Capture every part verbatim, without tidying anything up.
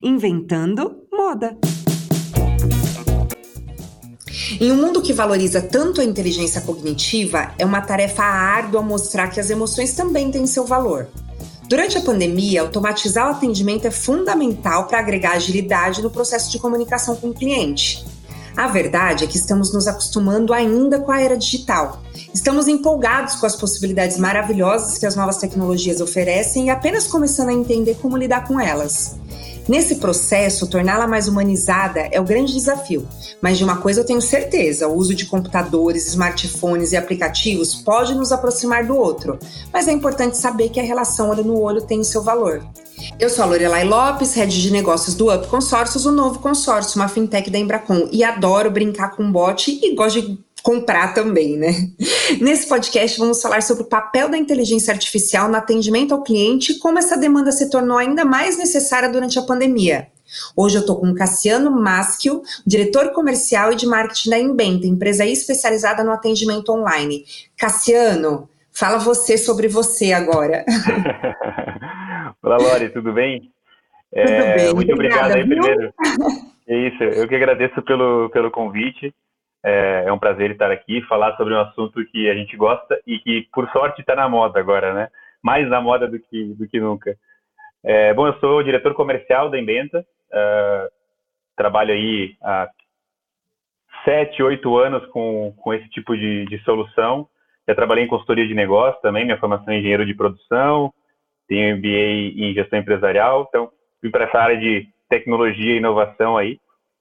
Inventando moda. Em um mundo que valoriza tanto a inteligência cognitiva, é uma tarefa árdua mostrar que as emoções também têm seu valor. Durante a pandemia, automatizar o atendimento é fundamental para agregar agilidade no processo de comunicação com o cliente. A verdade é que estamos nos acostumando ainda com a era digital. Estamos empolgados com as possibilidades maravilhosas que as novas tecnologias oferecem e apenas começando a entender como lidar com elas. Nesse processo, torná-la mais humanizada é o grande desafio. Mas de uma coisa eu tenho certeza, o uso de computadores, smartphones e aplicativos pode nos aproximar do outro. Mas é importante saber que a relação olho no olho tem o seu valor. Eu sou a Lorelai Lopes, Head de Negócios do Up Consórcios, o novo consórcio, uma fintech da Embracon. E adoro brincar com bot e gosto de comprar também, né? Nesse podcast vamos falar sobre o papel da inteligência artificial no atendimento ao cliente e como essa demanda se tornou ainda mais necessária durante a pandemia. Hoje eu estou com o Cassiano Maschio, diretor comercial e de marketing da Embenta, empresa especializada no atendimento online. Cassiano, fala você sobre você agora. Olá, Lori, tudo bem? Tudo é, bem, muito obrigada, obrigado aí viu? primeiro. É isso, eu que agradeço pelo, pelo convite. É, é um prazer estar aqui, falar sobre um assunto que a gente gosta e que, por sorte, está na moda agora, né? Mais na moda do que, do que nunca. É, bom, eu sou diretor comercial da Embenta, uh, trabalho aí há sete, oito anos com, com esse tipo de, de solução. Já trabalhei em consultoria de negócio também, minha formação é engenheiro de produção, tenho M B A em gestão empresarial, então fui para essa área de tecnologia e inovação aí.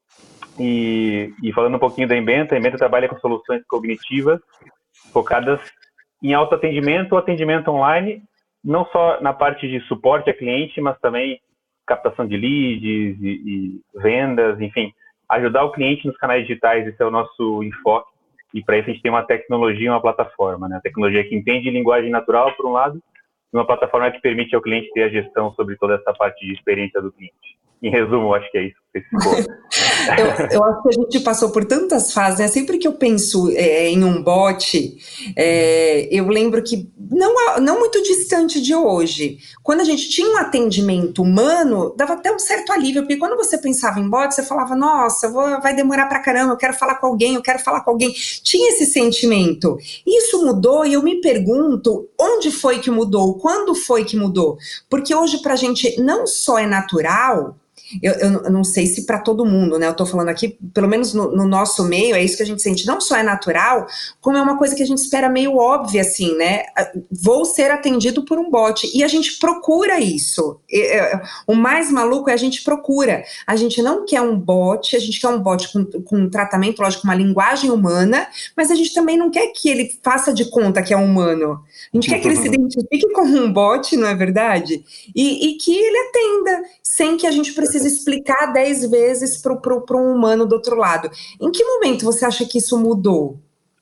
E, e falando um pouquinho da Embenta, a Embenta trabalha com soluções cognitivas focadas em autoatendimento ou atendimento online, não só na parte de suporte a cliente, mas também captação de leads e, e vendas, enfim, ajudar o cliente nos canais digitais, esse é o nosso enfoque. E para isso a gente tem uma tecnologia e uma plataforma, né? A tecnologia que entende linguagem natural, por um lado, e uma plataforma que permite ao cliente ter a gestão sobre toda essa parte de experiência do cliente. Em resumo, acho que é isso que você eu, eu acho que a gente passou por tantas fases, né? Sempre que eu penso é, em um bot, é, eu lembro que não, não muito distante de hoje, quando a gente tinha um atendimento humano, dava até um certo alívio, porque quando você pensava em bot, você falava, nossa, vou, vai demorar pra caramba, eu quero falar com alguém, eu quero falar com alguém. Tinha esse sentimento. Isso mudou e eu me pergunto, onde foi que mudou? Quando foi que mudou? Porque hoje pra gente não só é natural, Eu, eu não sei se para todo mundo, né? Eu tô falando aqui, pelo menos no, no nosso meio, é isso que a gente sente. Não só é natural, como é uma coisa que a gente espera meio óbvia, assim, né? Vou ser atendido por um bot. E a gente procura isso. O mais maluco é a gente procura. A gente não quer um bot, a gente quer um bot com, com um tratamento, lógico, uma linguagem humana, mas a gente também não quer que ele faça de conta que é humano. A gente quer que ele se identifique como um bot, não é verdade? E, e que ele atenda, sem que a gente precise explicar dez vezes para um humano do outro lado. Em que momento você acha que isso mudou?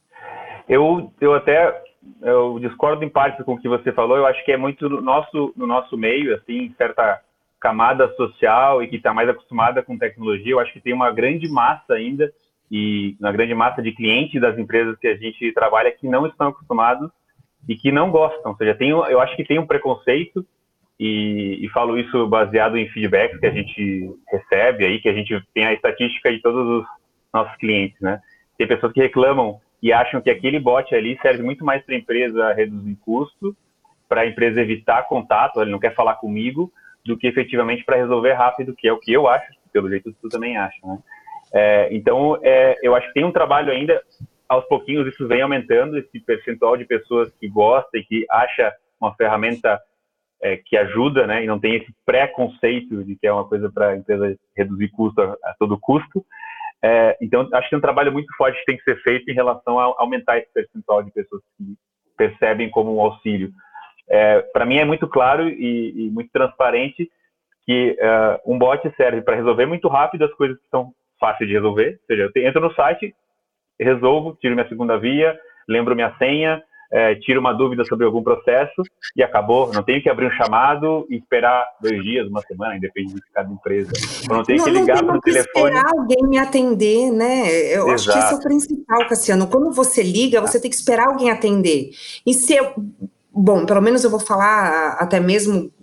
Eu, eu até eu discordo em parte com o que você falou. Eu acho que é muito no nosso, no nosso meio, assim, certa camada social e que está mais acostumada com tecnologia. Eu acho que tem uma grande massa ainda, e uma grande massa de clientes das empresas que a gente trabalha que não estão acostumados e que não gostam. Ou seja, tem, eu acho que tem um preconceito. E, e falo isso baseado em feedbacks que a gente recebe aí, que a gente tem a estatística de todos os nossos clientes, né? Tem pessoas que reclamam e acham que aquele bot ali serve muito mais para a empresa reduzir custo, para a empresa evitar contato, ele não quer falar comigo, do que efetivamente para resolver rápido, que é o que eu acho, pelo jeito tu também acha, né? É, então, é, eu acho que tem um trabalho ainda, aos pouquinhos isso vem aumentando, esse percentual de pessoas que gostam e que acha uma ferramenta É, que ajuda, né, e não tem esse preconceito de que é uma coisa para a empresa reduzir custo a, a todo custo. É, então, acho que tem um trabalho muito forte que tem que ser feito em relação a aumentar esse percentual de pessoas que percebem como um auxílio. É, para mim é muito claro e, e muito transparente que uh, um bot serve para resolver muito rápido as coisas que são fáceis de resolver. Ou seja, eu entro no site, resolvo, tiro minha segunda via, lembro minha senha, É, tiro uma dúvida sobre algum processo e acabou. Não tenho que abrir um chamado e esperar dois dias, uma semana, depende de cada empresa. Eu não tenho não, que ligar para o telefone. Esperar alguém me atender, né? Eu Exato. Acho que esse é o principal, Cassiano. Quando você liga, você tem que esperar alguém atender. E se eu... Bom, pelo menos eu vou falar até mesmo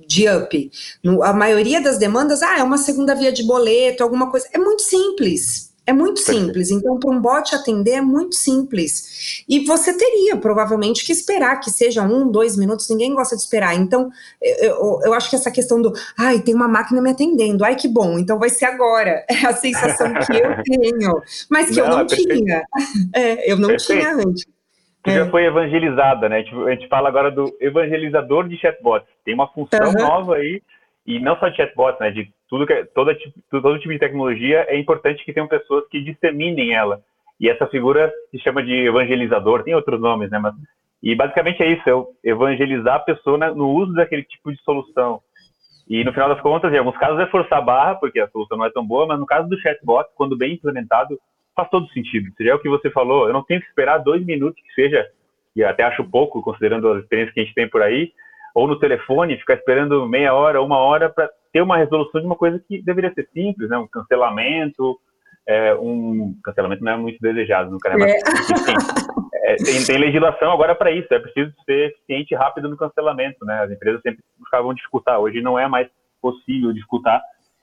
de up. No, a maioria das demandas, ah, é uma segunda via de boleto, alguma coisa. É muito simples. É muito simples, então para um bot atender é muito simples. E você teria provavelmente que esperar que seja um, dois minutos, ninguém gosta de esperar. Então, eu, eu, eu acho que essa questão do, ai, tem uma máquina me atendendo, ai que bom, então vai ser agora. É a sensação que eu tenho, mas que não, eu não é tinha. É, eu não perfeito. tinha antes. Tu é. já foi evangelizada, né? A gente fala agora do evangelizador de chatbots. Tem uma função uhum. nova aí, e não só de chatbots, né? De tudo que, toda, todo tipo de tecnologia, é importante que tenham pessoas que disseminem ela. E essa figura se chama de evangelizador, tem outros nomes, né? Mas, e basicamente é isso, é evangelizar a pessoa no uso daquele tipo de solução. E no final das contas, em alguns casos é forçar a barra, porque a solução não é tão boa, mas no caso do chatbot, quando bem implementado, faz todo sentido. Seja é o que você falou, eu não tenho que esperar dois minutos que seja, e até acho pouco, considerando as experiências que a gente tem por aí, ou no telefone, ficar esperando meia hora, uma hora para ter uma resolução de uma coisa que deveria ser simples, né? Um cancelamento, é, um cancelamento não é muito desejado, não quero, mas, enfim, é, tem, tem legislação agora para isso, é preciso ser eficiente e rápido no cancelamento, né? As empresas sempre buscavam dificultar, hoje não é mais possível dificultar,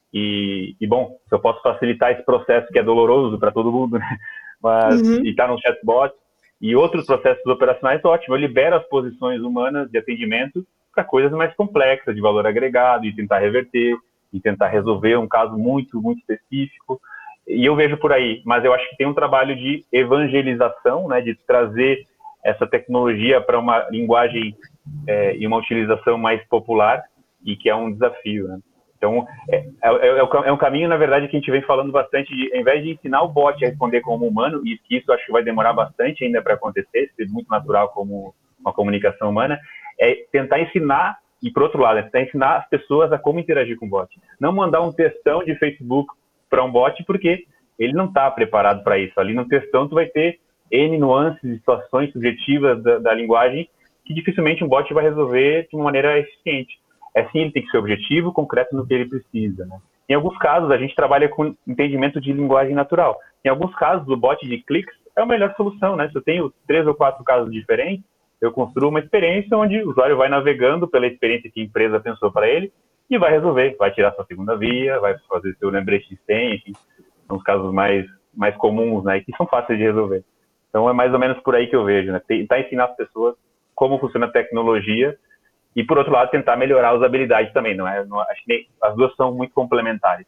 e, e bom, se eu posso facilitar esse processo que é doloroso para todo mundo, né? Mas, uhum. e está no chatbot, e outros processos operacionais, ótimo, eu libero as posições humanas de atendimento para coisas mais complexas, de valor agregado, e tentar reverter, e tentar resolver um caso muito, muito específico. E eu vejo por aí, mas eu acho que tem um trabalho de evangelização, né, de trazer essa tecnologia para uma linguagem é, e uma utilização mais popular, e que é um desafio, né? Então, é, é, é um caminho, na verdade, que a gente vem falando bastante, de, ao invés de ensinar o bot a responder como humano, e isso acho que vai demorar bastante ainda para acontecer, ser muito natural como uma comunicação humana, é tentar ensinar, e por outro lado, é tentar ensinar as pessoas a como interagir com o bot. Não mandar um textão de Facebook para um bot, porque ele não está preparado para isso. Ali no textão tu vai ter N nuances e situações subjetivas da, da linguagem que dificilmente um bot vai resolver de uma maneira eficiente. É sim, ele tem que ser objetivo, concreto no que ele precisa, né? Em alguns casos, a gente trabalha com entendimento de linguagem natural. Em alguns casos, o bot de cliques é a melhor solução, né? Se eu tenho três ou quatro casos diferentes, eu construo uma experiência onde o usuário vai navegando pela experiência que a empresa pensou para ele e vai resolver, vai tirar sua segunda via, vai fazer seu lembrete de senha, enfim, são os casos mais, mais comuns, né, e que são fáceis de resolver. Então é mais ou menos por aí que eu vejo, né, tentar ensinar as pessoas como funciona a tecnologia e, por outro lado, tentar melhorar a usabilidade também, não é? Não, acho que as duas são muito complementares.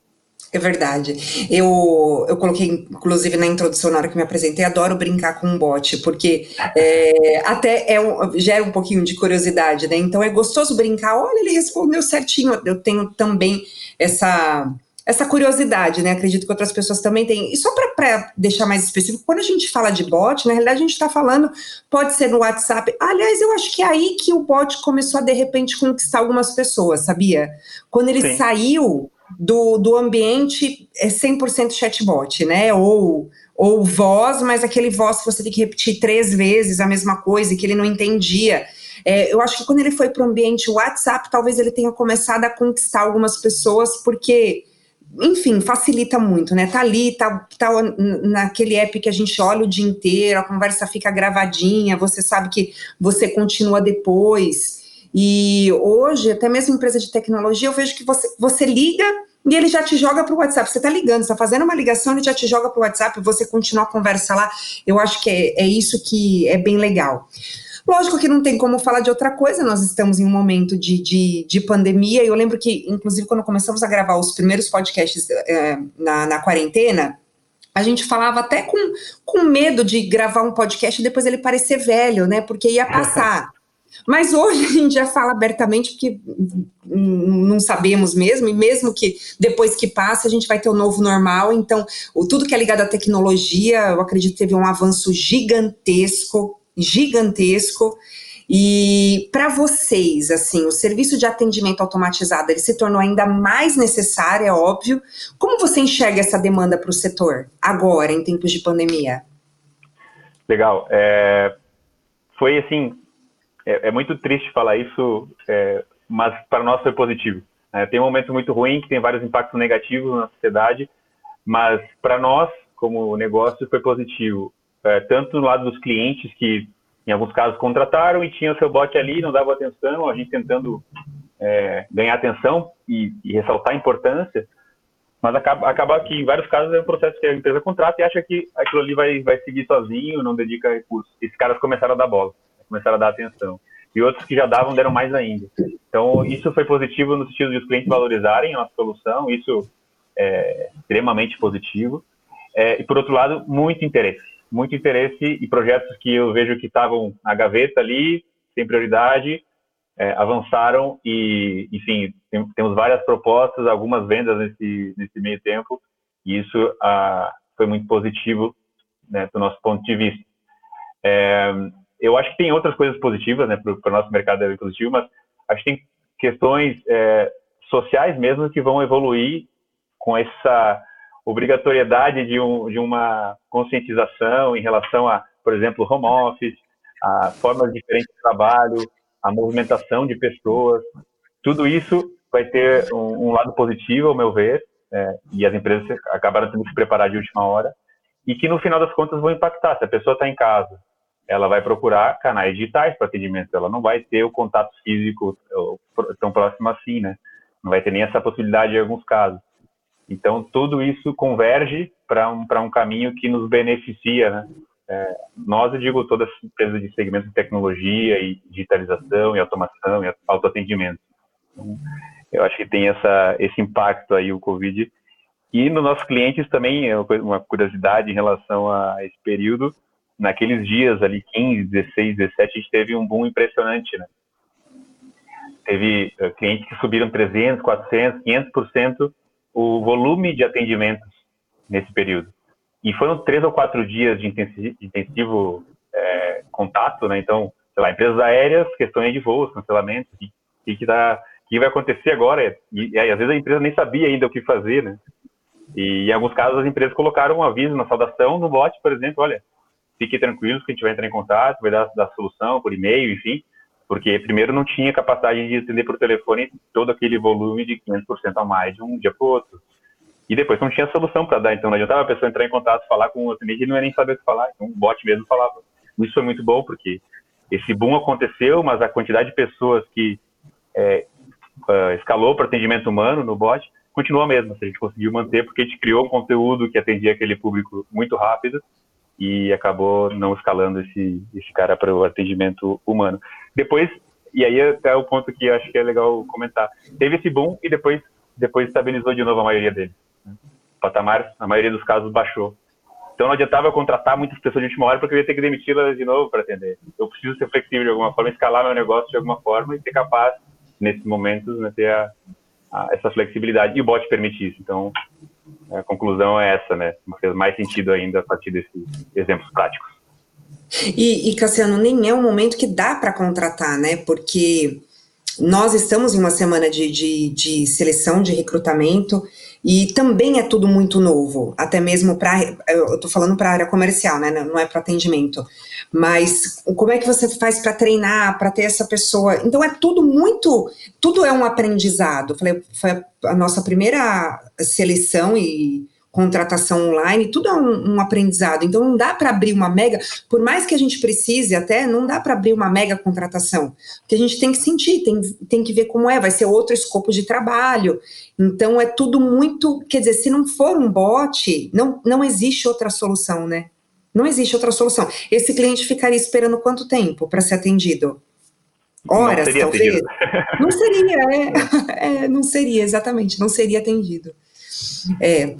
É verdade. Eu, eu coloquei, inclusive, na introdução, na hora que me apresentei, adoro brincar com um bot, porque é, até é um, gera um pouquinho de curiosidade, né? Então é gostoso brincar, olha, ele respondeu certinho. Eu tenho também essa, essa curiosidade, né? Acredito que outras pessoas também têm. E só para deixar mais específico, quando a gente fala de bot, na realidade a gente está falando, pode ser no WhatsApp. Aliás, eu acho que é aí que o bot começou a, de repente, conquistar algumas pessoas, sabia? Quando ele Sim. saiu... Do, do ambiente é cem por cento chatbot, né, ou, ou voz, mas aquele voz que você tem que repetir três vezes a mesma coisa e que ele não entendia. É, eu acho que quando ele foi para o ambiente WhatsApp, talvez ele tenha começado a conquistar algumas pessoas, porque, enfim, facilita muito, né, tá ali, tá, tá naquele app que a gente olha o dia inteiro, a conversa fica gravadinha, você sabe que você continua depois. E hoje, até mesmo empresa de tecnologia, eu vejo que você, você liga e ele já te joga para o WhatsApp. Você está ligando, você está fazendo uma ligação, ele já te joga para o WhatsApp e você continua a conversa lá. Eu acho que é, é isso que é bem legal. Lógico que não tem como falar de outra coisa, nós estamos em um momento de, de, de pandemia, e eu lembro que, inclusive, quando começamos a gravar os primeiros podcasts é, na, na quarentena, a gente falava até com, com medo de gravar um podcast e depois ele parecer velho, né, porque ia passar. Mas hoje a gente já fala abertamente porque não sabemos mesmo, e mesmo que depois que passa a gente vai ter o novo normal, então o, tudo que é ligado à tecnologia, eu acredito que teve um avanço gigantesco, gigantesco, e para vocês, assim, o serviço de atendimento automatizado, ele se tornou ainda mais necessário, é óbvio. Como você enxerga essa demanda para o setor agora, em tempos de pandemia? Legal, é, foi assim... É, é muito triste falar isso, é, mas para nós foi positivo. É, tem um momento muito ruim, que tem vários impactos negativos na sociedade, mas para nós, como negócio, foi positivo. É, tanto no lado dos clientes, que em alguns casos contrataram e tinham o seu bot ali, não dava atenção, a gente tentando é, ganhar atenção e, e ressaltar a importância, mas acaba, acaba que em vários casos é um processo que a empresa contrata e acha que aquilo ali vai, vai seguir sozinho, não dedica recursos. Esses caras começaram a dar bola, começaram a dar atenção. E outros que já davam, deram mais ainda. Então, isso foi positivo no sentido de os clientes valorizarem a nossa solução, isso é extremamente positivo. É, e, por outro lado, muito interesse. Muito interesse e projetos que eu vejo que estavam na gaveta ali, sem prioridade, é, avançaram e, enfim, tem, temos várias propostas, algumas vendas nesse, nesse meio tempo, e isso ah, foi muito positivo, né, do nosso ponto de vista. É, eu acho que tem outras coisas positivas, né, para o nosso mercado é positivo, mas acho que tem questões é, sociais mesmo que vão evoluir com essa obrigatoriedade de, um, de uma conscientização em relação a, por exemplo, home office, a formas diferentes de trabalho, a movimentação de pessoas. Tudo isso vai ter um, um lado positivo, ao meu ver, é, e as empresas acabaram tendo que se preparar de última hora, e que no final das contas vão impactar. Se a pessoa está em casa, ela vai procurar canais digitais para atendimento, ela não vai ter o contato físico tão próximo assim, né? Não vai ter nem essa possibilidade em alguns casos. Então, tudo isso converge para um, para um caminho que nos beneficia, né? É, nós, eu digo, todas as empresas de segmento de tecnologia e digitalização e automação e autoatendimento. Então, eu acho que tem essa, esse impacto aí, o Covid. E nos nossos clientes também, uma curiosidade em relação a esse período, naqueles dias ali, quinze, dezesseis, dezessete, a gente teve um boom impressionante, né? Teve uh, clientes que subiram trezentos, quatrocentos, quinhentos por cento o volume de atendimentos nesse período. E foram três ou quatro dias de intensivo, de intensivo é, contato, né? Então, sei lá, empresas aéreas, questões de voos, cancelamentos, o que, que, tá, que vai acontecer agora? E, e às vezes a empresa nem sabia ainda o que fazer, né? E em alguns casos as empresas colocaram um aviso na saudação no bot, por exemplo, olha, fiquem tranquilos que a gente vai entrar em contato, vai dar, dar solução por e-mail, enfim, porque primeiro não tinha capacidade de atender por telefone todo aquele volume de quinhentos por cento a mais de um dia para o outro. E depois não tinha solução para dar, então não adiantava a pessoa entrar em contato, falar com o atendente e não ia nem saber o que falar, então o bot mesmo falava. Isso foi muito bom, porque esse boom aconteceu, mas a quantidade de pessoas que é, uh, escalou para atendimento humano no bot continua a mesma, a gente conseguiu manter, porque a gente criou um conteúdo que atendia aquele público muito rápido, e acabou não escalando esse, esse cara para o atendimento humano. Depois, e aí até o ponto que eu acho que é legal comentar, teve esse boom e depois, depois estabilizou de novo a maioria deles. Né? O patamar, na maioria dos casos, baixou. Então não adiantava eu contratar muitas pessoas de última hora porque eu ia ter que demiti-las de novo para atender. Eu preciso ser flexível de alguma forma, escalar meu negócio de alguma forma e ser capaz, nesses momentos, né, ter a, a, essa flexibilidade. E o bot permite isso. Então, a conclusão é essa, né? Faz mais sentido ainda a partir desses exemplos práticos. E, e Cassiano, nem é um momento que dá para contratar, né? Porque nós estamos em uma semana de, de, de seleção, de recrutamento, e também é tudo muito novo, até mesmo para, eu estou falando para a área comercial, né? Não é para atendimento. Mas como é que você faz para treinar, para ter essa pessoa? Então é tudo muito, tudo é um aprendizado. Falei, foi a nossa primeira seleção e contratação online, tudo é um, um aprendizado. Então não dá para abrir uma mega, por mais que a gente precise até, não dá para abrir uma mega contratação, porque a gente tem que sentir, tem, tem que ver como é, vai ser outro escopo de trabalho. Então é tudo muito, quer dizer, se não for um bot, não, não existe outra solução, né? Não existe outra solução. Esse cliente ficaria esperando quanto tempo para ser atendido? Horas, não talvez? Atendido. Não seria, é, é, não seria, exatamente, não seria atendido. É.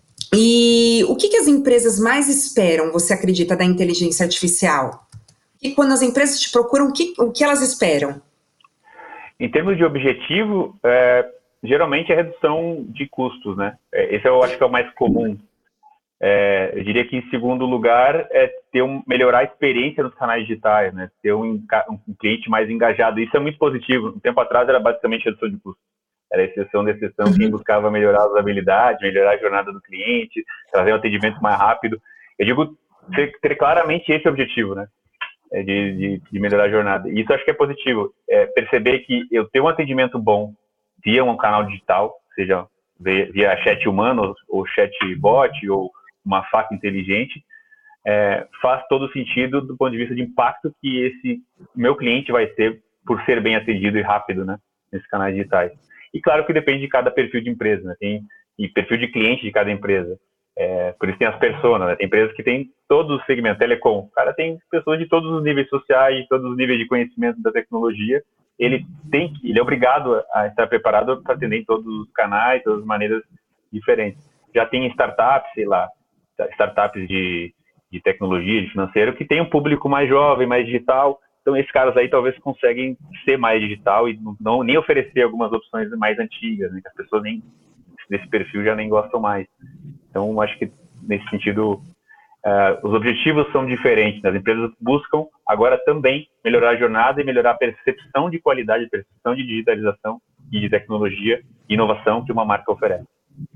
E o que, que as empresas mais esperam, você acredita, da inteligência artificial? E quando as empresas te procuram, o que, o que elas esperam? Em termos de objetivo, é, geralmente é redução de custos, né? Esse eu acho que é o mais comum. É, eu diria que, em segundo lugar, é ter um, melhorar a experiência nos canais digitais, né? Ter um, um cliente mais engajado. Isso é muito positivo. Um tempo atrás era basicamente redução de custos. Era exceção da exceção, uhum. Quem buscava melhorar a usabilidade, melhorar a jornada do cliente, trazer um atendimento mais rápido. Eu digo ter, ter claramente esse objetivo, né? De, de, de melhorar a jornada. E isso eu acho que é positivo. É perceber que eu ter um atendimento bom via um canal digital, seja via, via chat humano, ou chat bot, ou uma faca inteligente, é, faz todo sentido do ponto de vista de impacto que esse meu cliente vai ter por ser bem atendido e rápido, né? nesses canais digitais. E claro que depende de cada perfil de empresa, né? Tem e perfil de cliente de cada empresa. É, por isso tem as personas, né? Tem empresas que tem todos os segmentos, telecom. O cara tem pessoas de todos os níveis sociais, de todos os níveis de conhecimento da tecnologia. Ele tem que, ele é obrigado a estar preparado para atender em todos os canais, todas as maneiras diferentes. Já tem startups, sei lá, startups de, de tecnologia, de financeiro, que tem um público mais jovem, mais digital. Então, esses caras aí talvez conseguem ser mais digital e não nem oferecer algumas opções mais antigas, né, que as pessoas nem desse perfil já nem gostam mais. Então, acho que nesse sentido, uh, os objetivos são diferentes. Né? As empresas buscam agora também melhorar a jornada e melhorar a percepção de qualidade, a percepção de digitalização e de tecnologia e inovação que uma marca oferece.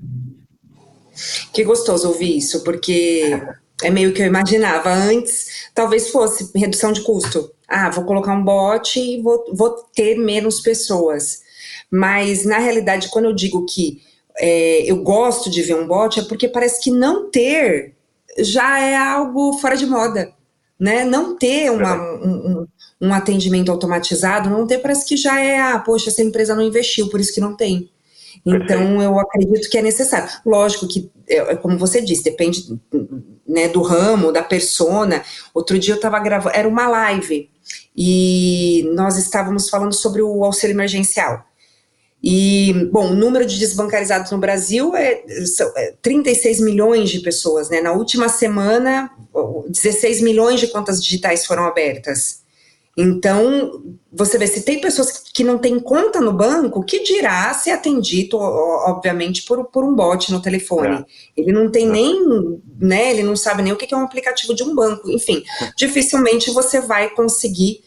Que gostoso ouvir isso, porque é meio que eu imaginava. Antes, talvez fosse redução de custo. Ah, vou colocar um bot e vou, vou ter menos pessoas. Mas, na realidade, quando eu digo que é, eu gosto de ver um bot, é porque parece que não ter já é algo fora de moda. Né? Não ter uma, um, um, um atendimento automatizado, não ter, parece que já é, ah, poxa, essa empresa não investiu, por isso que não tem. Então, eu acredito que é necessário. Lógico que, como você disse, depende, né, do ramo, da persona. Outro dia eu estava gravando, era uma live, e nós estávamos falando sobre o auxílio emergencial. E, bom, o número de desbancarizados no Brasil é, são, é trinta e seis milhões de pessoas, né? Na última semana, dezesseis milhões de contas digitais foram abertas. Então, você vê, se tem pessoas que não têm conta no banco, que dirá ser atendido, obviamente, por, por um bot no telefone. É. Ele não tem nem, né, ele não sabe nem o que é um aplicativo de um banco. Enfim, dificilmente você vai conseguir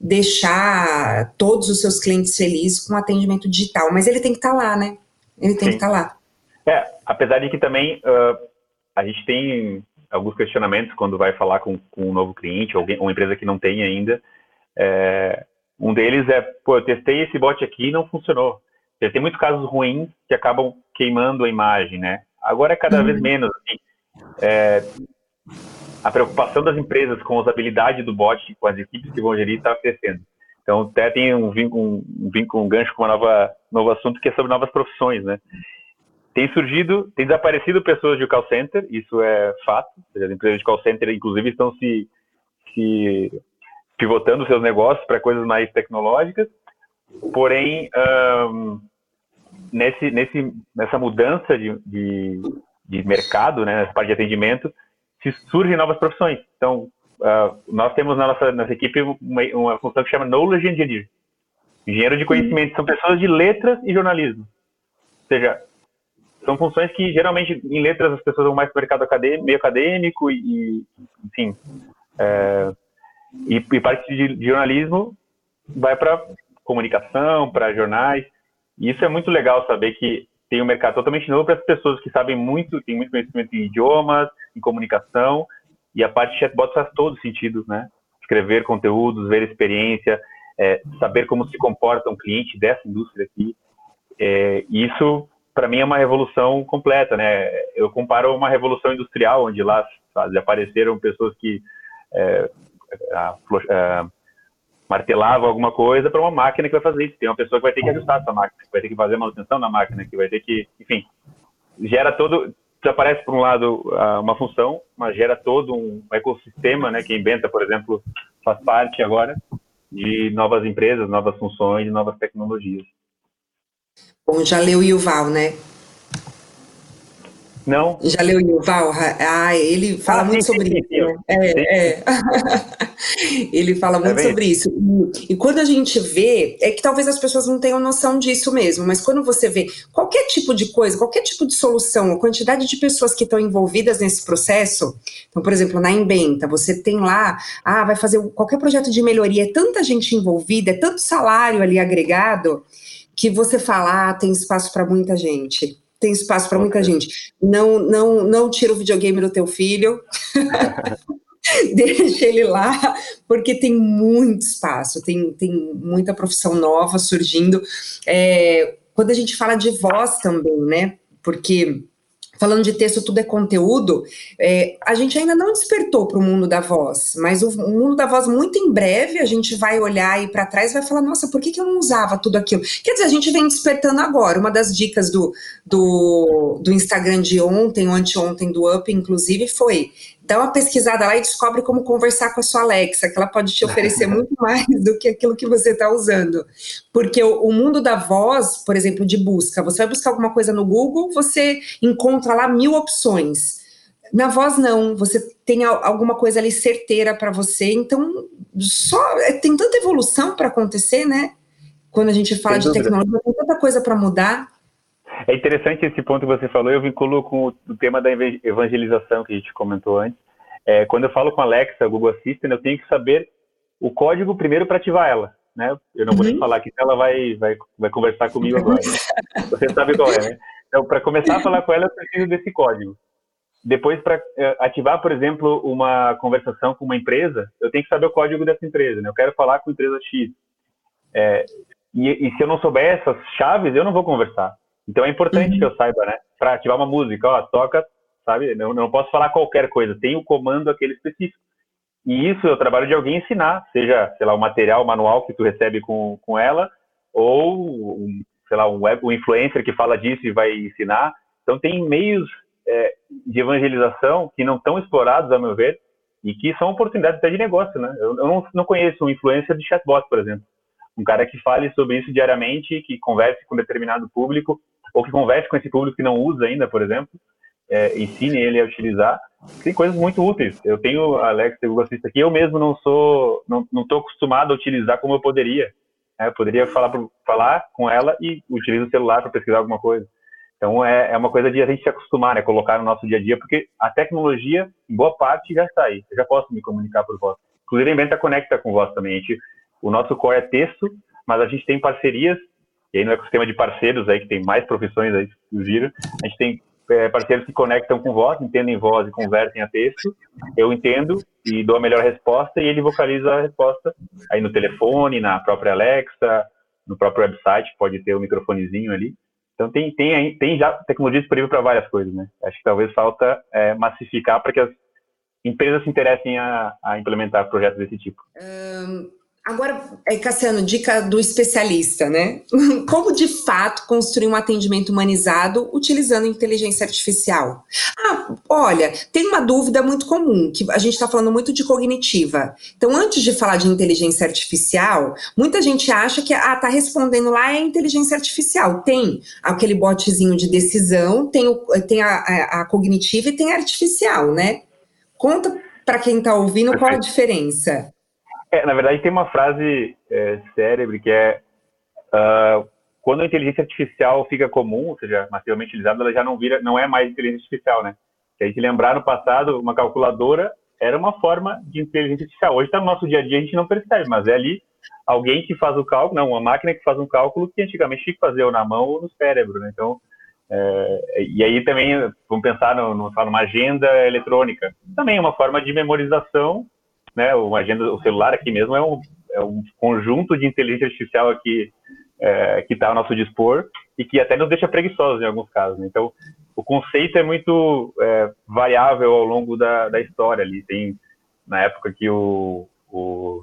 deixar todos os seus clientes felizes com atendimento digital. Mas ele tem que estar lá, né? Ele tem Sim. que estar lá. É, apesar de que também uh, a gente tem alguns questionamentos quando vai falar com, com um novo cliente, ou alguém, uma empresa que não tem ainda. É, um deles é, pô, eu testei esse bot aqui e não funcionou. Tem muitos casos ruins que acabam queimando a imagem, né? Agora é cada uhum. vez menos, assim, é, a preocupação das empresas com a usabilidade do bot, com as equipes que vão gerir, está crescendo. Então, até tem um vínculo, um, vínculo, um gancho com um nova, novo assunto que é sobre novas profissões, né? Tem surgido, tem desaparecido pessoas de call center, isso é fato. As empresas de call center, inclusive, estão se... se pivotando seus negócios para coisas mais tecnológicas, porém, um, nesse, nesse, nessa mudança de, de, de mercado, né, nessa parte de atendimento, se surgem novas profissões. Então, uh, nós temos na nossa, nossa equipe uma, uma função que chama Knowledge Engineer, engenheiro de conhecimento. São pessoas de letras e jornalismo. Ou seja, são funções que geralmente em letras as pessoas vão mais para o mercado acadêmico, meio acadêmico e, e enfim... É, E, e parte de, de jornalismo vai para comunicação, para jornais. E isso é muito legal saber que tem um mercado totalmente novo para as pessoas que sabem muito, têm muito conhecimento em idiomas, em comunicação. E a parte de chatbot faz todo sentido, né? Escrever conteúdos, ver experiência, é, saber como se comporta um cliente dessa indústria aqui. É, isso, para mim, é uma revolução completa, né? Eu comparo a uma revolução industrial, onde lá sabe, apareceram pessoas que... É, A, a, martelava alguma coisa para uma máquina que vai fazer isso. Tem uma pessoa que vai ter que ajustar essa máquina, que vai ter que fazer manutenção na máquina, que vai ter que, enfim, gera todo, desaparece por um lado uma função, mas gera todo um ecossistema, né, que inventa, por exemplo, faz parte agora de novas empresas, novas funções, novas tecnologias. Bom, já leu o Yuval, né? Não. Já leu o Yuval? Ah, ele fala ah, muito sim, sobre sim, isso. Sim, né? É, é. Ele fala muito é sobre isso. E, e quando a gente vê, é que talvez as pessoas não tenham noção disso mesmo, mas quando você vê qualquer tipo de coisa, qualquer tipo de solução, a quantidade de pessoas que estão envolvidas nesse processo, então, por exemplo, na Embenta, você tem lá, ah, vai fazer qualquer projeto de melhoria, é tanta gente envolvida, é tanto salário ali agregado, que você fala, ah, tem espaço para muita gente. Tem espaço para muita gente. Não, não, não tira o videogame do teu filho, deixa ele lá, porque tem muito espaço, tem, tem muita profissão nova surgindo. É, quando a gente fala de voz também, né? Porque falando de texto, tudo é conteúdo, é, a gente ainda não despertou para o mundo da voz, mas o, o mundo da voz, muito em breve, a gente vai olhar aí para trás e vai falar, nossa, por que, que eu não usava tudo aquilo? Quer dizer, a gente vem despertando agora. Uma das dicas do, do, do Instagram de ontem, ou anteontem, do Up, inclusive, foi: dá uma pesquisada lá e descobre como conversar com a sua Alexa, que ela pode te oferecer muito mais do que aquilo que você está usando. Porque o, o mundo da voz, por exemplo, de busca, você vai buscar alguma coisa no Google, você encontra lá mil opções. Na voz, não. Você tem alguma coisa ali certeira para você. Então, só tem tanta evolução para acontecer, né? Quando a gente fala de tecnologia, tem tanta coisa para mudar. É interessante esse ponto que você falou, eu vinculo com o tema da evangelização que a gente comentou antes. É, quando eu falo com a Alexa, Google Assistant, eu tenho que saber o código primeiro para ativar ela, né? Eu não vou uhum. nem falar que ela vai, vai, vai conversar comigo agora. Você sabe qual é, né? Então, para começar a falar com ela, eu preciso desse código. Depois, para ativar, por exemplo, uma conversação com uma empresa, eu tenho que saber o código dessa empresa, né? Eu quero falar com a empresa X. É, e, e se eu não souber essas chaves, eu não vou conversar. Então é importante uhum. que eu saiba, né? Para ativar uma música, ó, toca, sabe? Eu não posso falar qualquer coisa, tem o comando aquele específico. E isso é o trabalho de alguém ensinar, seja, sei lá, o material, o manual que tu recebe com, com ela, ou, um, sei lá, um, web, um influencer que fala disso e vai ensinar. Então tem meios é, de evangelização que não estão explorados, a meu ver, e que são oportunidades até de negócio, né? Eu, eu não, não conheço um influencer de chatbot, por exemplo. Um cara que fale sobre isso diariamente, que converse com determinado público, ou que converse com esse público que não usa ainda, por exemplo, é, ensine ele a utilizar. Tem coisas muito úteis. Eu tenho a Alexa e o Google Assistant aqui, eu mesmo não sou, não não estou acostumado a utilizar como eu poderia. Né? Eu poderia falar, pro, falar com ela e utilizo o celular para pesquisar alguma coisa. Então é, é uma coisa de a gente se acostumar, né? Colocar no nosso dia a dia, porque a tecnologia, em boa parte, já está aí. Eu já posso me comunicar por voz. Inclusive, a Inventa conecta com voz também. A gente, o nosso core é texto, mas a gente tem parcerias, e aí no ecossistema de parceiros, aí que tem mais profissões, aí que viram, a gente tem é, parceiros que conectam com voz, entendem voz e convertem a texto, eu entendo e dou a melhor resposta, e ele vocaliza a resposta aí no telefone, na própria Alexa, no próprio website, pode ter o um microfonezinho ali. Então tem, tem, tem já tecnologia disponível para várias coisas, né? Acho que talvez falta é, massificar para que as empresas se interessem a, a implementar projetos desse tipo. Um... Agora, Cassiano, dica do especialista, né? Como, de fato, construir um atendimento humanizado utilizando inteligência artificial? Ah, olha, tem uma dúvida muito comum, que a gente está falando muito de cognitiva. Então, antes de falar de inteligência artificial, muita gente acha que, ah, tá respondendo lá é inteligência artificial. Tem aquele botzinho de decisão, tem, o, tem a, a, a cognitiva e tem a artificial, né? Conta para quem está ouvindo qual a diferença. É, na verdade, tem uma frase é, célebre que é uh, quando a inteligência artificial fica comum, ou seja, massivamente utilizada, ela já não vira, não é mais inteligência artificial, né? Se a gente lembrar, no passado, uma calculadora era uma forma de inteligência artificial. Hoje está no nosso dia a dia, a gente não percebe, mas é ali alguém que faz o cálculo, não, uma máquina que faz um cálculo que antigamente tinha que fazer ou na mão ou no cérebro, né? Então, é, e aí também, vamos pensar no, no, numa agenda eletrônica, também é uma forma de memorização, né, uma agenda, o celular aqui mesmo é um, é um conjunto de inteligência artificial aqui é, que está ao nosso dispor e que até nos deixa preguiçosos em alguns casos. Né? Então, o conceito é muito é, variável ao longo da, da história. Ali tem, na época que o, o,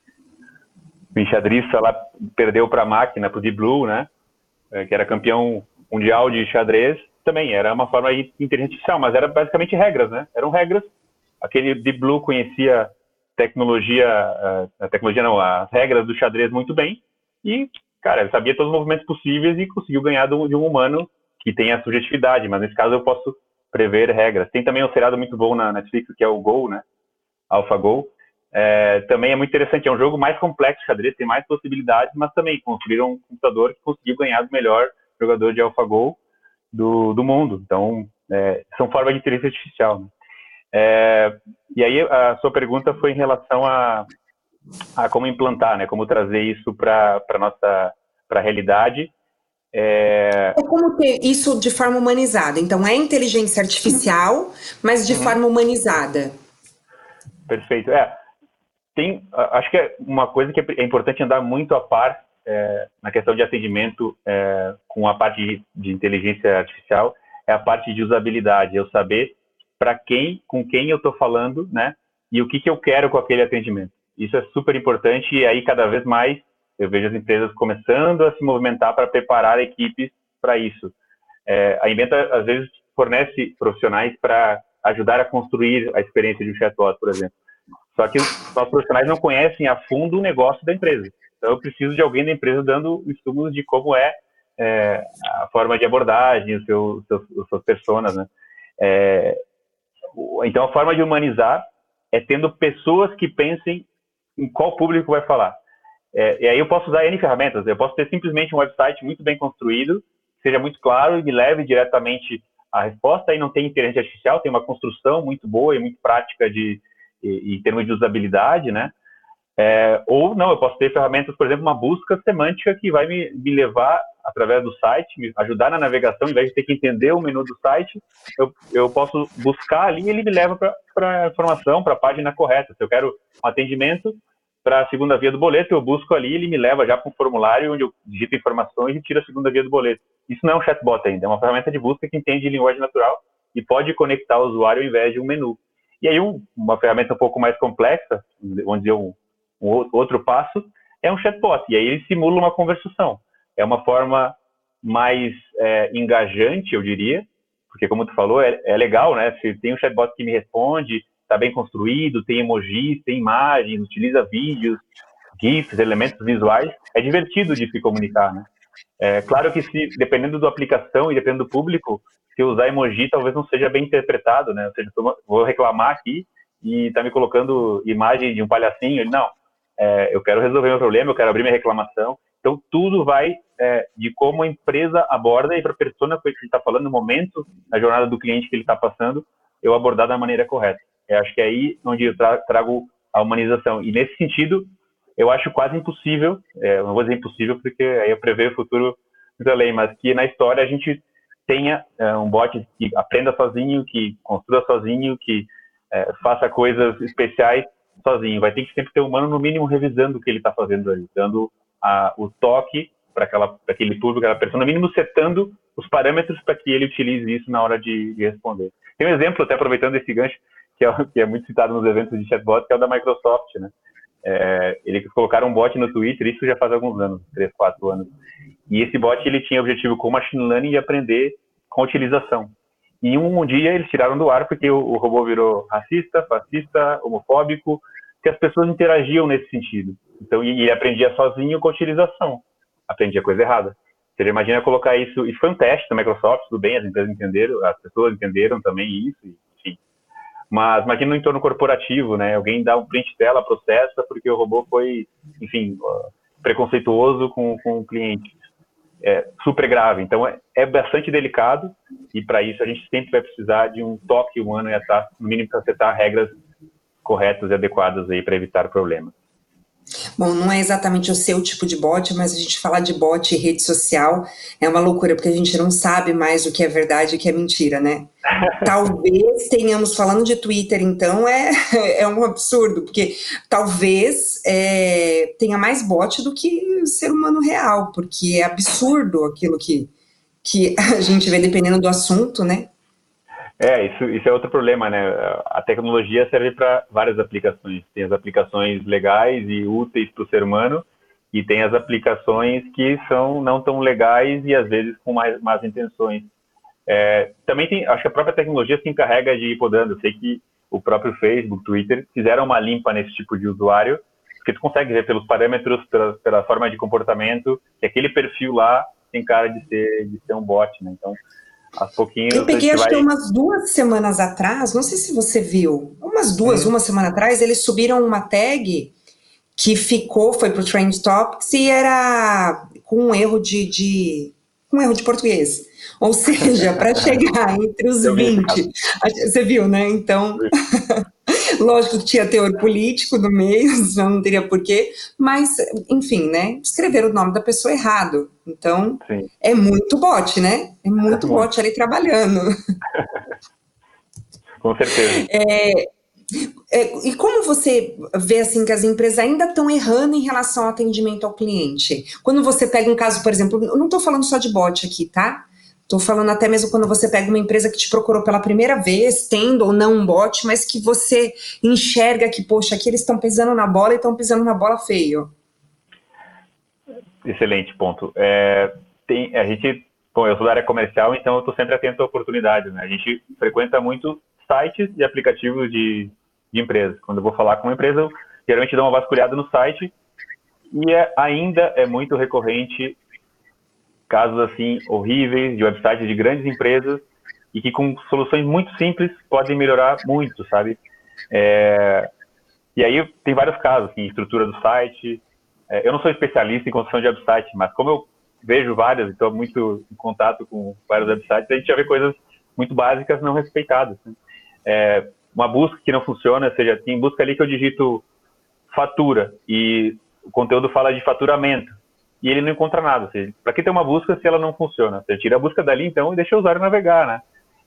o enxadrista lá perdeu para a máquina, para o Deep Blue, né, é, que era campeão mundial de xadrez, também era uma forma de inteligência artificial, mas era basicamente regras, né? Eram regras. Aquele Deep Blue conhecia tecnologia, a tecnologia não, as regras do xadrez muito bem e, cara, ele sabia todos os movimentos possíveis e conseguiu ganhar de um humano que tem a subjetividade, mas nesse caso eu posso prever regras. Tem também um seriado muito bom na Netflix que é o Go, né, AlphaGo, é, também é muito interessante, é um jogo mais complexo de xadrez, tem mais possibilidades, mas também construíram um computador que conseguiu ganhar do melhor jogador de AlphaGo do, do mundo, então é, são formas de inteligência artificial, né? É, e aí a sua pergunta foi em relação a, a como implantar, né? Como trazer isso para a nossa para a realidade. É... é como ter isso de forma humanizada. Então é inteligência artificial, mas de uhum. forma humanizada. Perfeito. É, tem, acho que é uma coisa que é importante andar muito a par é, na questão de atendimento é, com a parte de, de inteligência artificial. é a parte de usabilidade, eu saber para quem, com quem eu estou falando, né? E o que, que eu quero com aquele atendimento. Isso é super importante e aí cada vez mais eu vejo as empresas começando a se movimentar para preparar equipes para isso. É, a Inbenta, às vezes, fornece profissionais para ajudar a construir a experiência de um chatbot, por exemplo. Só que os nossos profissionais não conhecem a fundo o negócio da empresa. Então, eu preciso de alguém da empresa dando estudos de como é, é a forma de abordagem, os seus, os seus personas, né? É, então, a forma de humanizar é tendo pessoas que pensem em qual público vai falar. É, e aí eu posso usar N ferramentas. Eu posso ter simplesmente um website muito bem construído, que seja muito claro e me leve diretamente à resposta. Aí não tem inteligência artificial, tem uma construção muito boa e muito prática de, e, em termos de usabilidade, né? É, ou não, eu posso ter ferramentas, por exemplo, uma busca semântica que vai me, me levar através do site, me ajudar na navegação, em vez de ter que entender o menu do site, eu, eu posso buscar ali e ele me leva para a informação, para a página correta. Se eu quero um atendimento para a segunda via do boleto, eu busco ali e ele me leva já para um formulário onde eu digito informações e tiro a segunda via do boleto. Isso não é um chatbot ainda, é uma ferramenta de busca que entende linguagem natural e pode conectar o usuário ao invés de um menu. E aí um, uma ferramenta um pouco mais complexa, onde eu um outro passo, é um chatbot, e aí ele simula uma conversação. É uma forma mais é, engajante, eu diria, porque como tu falou, é, é legal, né? Se tem um chatbot que me responde, está bem construído, tem emojis, tem imagens, utiliza vídeos, GIFs, elementos visuais, é divertido de se comunicar, né? É claro que se, dependendo da aplicação e dependendo do público, se eu usar emoji talvez não seja bem interpretado, né? Ou seja, eu vou reclamar aqui e está me colocando imagem de um palhacinho, não. É, eu quero resolver meu problema, eu quero abrir minha reclamação. Então, tudo vai é, de como a empresa aborda e para a persona que ele está falando, no momento, na jornada do cliente que ele está passando, eu abordar da maneira correta. Eu acho que é aí onde eu tra trago a humanização. E, nesse sentido, eu acho quase impossível, é, não vou dizer impossível porque aí eu prevejo o futuro muito além, mas que na história a gente tenha é, um bot que aprenda sozinho, que construa sozinho, que é, faça coisas especiais sozinho. Vai ter que sempre ter um humano, no mínimo, revisando o que ele está fazendo ali, dando a, o toque para aquele público, aquela pessoa, no mínimo setando os parâmetros para que ele utilize isso na hora de, de responder. Tem um exemplo, até aproveitando esse gancho, que é, que é muito citado nos eventos de chatbot, que é o da Microsoft, né? É, eles colocaram um bot no Twitter, isso já faz alguns anos, três, quatro anos. E esse bot, ele tinha o objetivo com machine learning de aprender com utilização. E um, um dia eles tiraram do ar porque o, o robô virou racista, fascista, homofóbico, que as pessoas interagiam nesse sentido. Então, e ele aprendia sozinho com a utilização. Aprendia coisa errada. Você imagina colocar isso... Isso foi um teste da Microsoft, tudo bem, as empresas entenderam, as pessoas entenderam também isso, enfim. Mas imagina no entorno corporativo, né? Alguém dá um print tela, processa, porque o robô foi, enfim, preconceituoso com, com o cliente. É super grave. Então, é, é bastante delicado e, para isso, a gente sempre vai precisar de um toque humano e, atar, no mínimo, para acertar regras corretas e adequadas aí para evitar problemas. Bom, não é exatamente o seu tipo de bot, mas a gente falar de bot e rede social é uma loucura, porque a gente não sabe mais o que é verdade e o que é mentira, né? Talvez tenhamos, falando de Twitter, então, é, é um absurdo, porque talvez é, tenha mais bot do que ser humano real, porque é absurdo aquilo que, que a gente vê dependendo do assunto, né? É, isso, isso é outro problema, né? A tecnologia serve para várias aplicações. Tem as aplicações legais e úteis para o ser humano, e tem as aplicações que são não tão legais e, às vezes, com mais, más intenções. É, também tem, acho que a própria tecnologia se encarrega de ir podando. Eu sei que o próprio Facebook, Twitter, fizeram uma limpa nesse tipo de usuário, porque tu consegue ver pelos parâmetros, pela, pela forma de comportamento, que aquele perfil lá tem cara de ser, de ser um bot, né? Então, aos pouquinhos... Eu peguei, acho vai... que umas duas semanas atrás, não sei se você viu, umas duas, hum. uma semana atrás, eles subiram uma tag que ficou, foi pro Trend Topics e era com um erro de... de um erro de português. Ou seja, para chegar entre os vinte. Você viu, né? Então, lógico que tinha teor político no meio, senão não teria porquê, mas, enfim, né? Escreveram o nome da pessoa errado. Então, sim, é muito bot, né? É muito é bot ali trabalhando. Com certeza. É, é, e como você vê assim que as empresas ainda estão errando em relação ao atendimento ao cliente? Quando você pega um caso, por exemplo, eu não estou falando só de bot aqui, tá? Estou falando até mesmo quando você pega uma empresa que te procurou pela primeira vez, tendo ou não um bot, mas que você enxerga que, poxa, aqui eles estão pisando na bola e estão pisando na bola feio. Excelente ponto. É, tem, a gente, bom, eu sou da área comercial, então eu estou sempre atento a oportunidades, né? A gente frequenta muito sites e aplicativos de, de empresas. Quando eu vou falar com uma empresa, eu geralmente dou uma vasculhada no site e é, ainda é muito recorrente casos assim horríveis de websites de grandes empresas e que com soluções muito simples podem melhorar muito, sabe? É, e aí tem vários casos, assim, estrutura do site. É, eu não sou especialista em construção de website, mas como eu vejo várias, estou muito em contato com vários websites, a gente já vê coisas muito básicas não respeitadas, né? É, uma busca que não funciona, ou seja, tem busca ali que eu digito fatura e o conteúdo fala de faturamento e ele não encontra nada. Ou seja, para que ter uma busca se ela não funciona? Você tira a busca dali, então, e deixa o usuário navegar, né?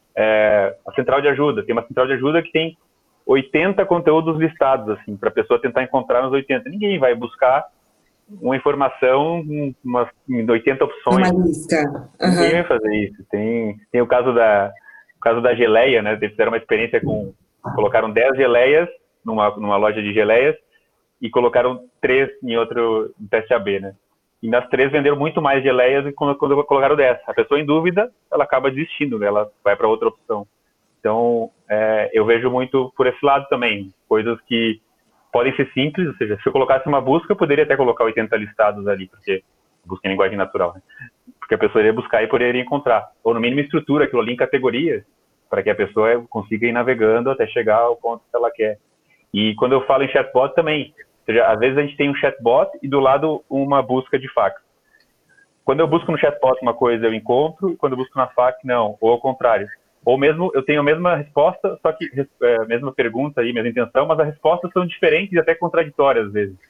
É, a central de ajuda, tem uma central de ajuda que tem oitenta conteúdos listados, assim, para a pessoa tentar encontrar nos oitenta. Ninguém vai buscar uma informação, umas oitenta opções. Uma lista. Uhum. Ninguém vai fazer isso. Tem, tem o caso da, o caso da geleia, né? Eles fizeram uma experiência com, colocaram dez geleias numa, numa loja de geleias e colocaram três em outro em teste A B, né? E nas três venderam muito mais geleias do que quando, quando colocaram dez. A pessoa em dúvida, ela acaba desistindo, né? Ela vai para outra opção. Então, é, eu vejo muito por esse lado também. Coisas que podem ser simples, ou seja, se eu colocasse uma busca, eu poderia até colocar oitenta listados ali, porque busca em linguagem natural, né? Porque a pessoa iria buscar e poderia encontrar. Ou no mínimo estrutura aquilo ali em categorias, para que a pessoa consiga ir navegando até chegar ao ponto que ela quer. E quando eu falo em chatbot também, ou seja, às vezes a gente tem um chatbot e do lado uma busca de fax. Quando eu busco no chatbot uma coisa, eu encontro, e quando eu busco na fax, não. Ou ao contrário. Ou mesmo, eu tenho a mesma resposta, só que é, a mesma pergunta aí, mesma intenção, mas as respostas são diferentes e até contraditórias, às vezes.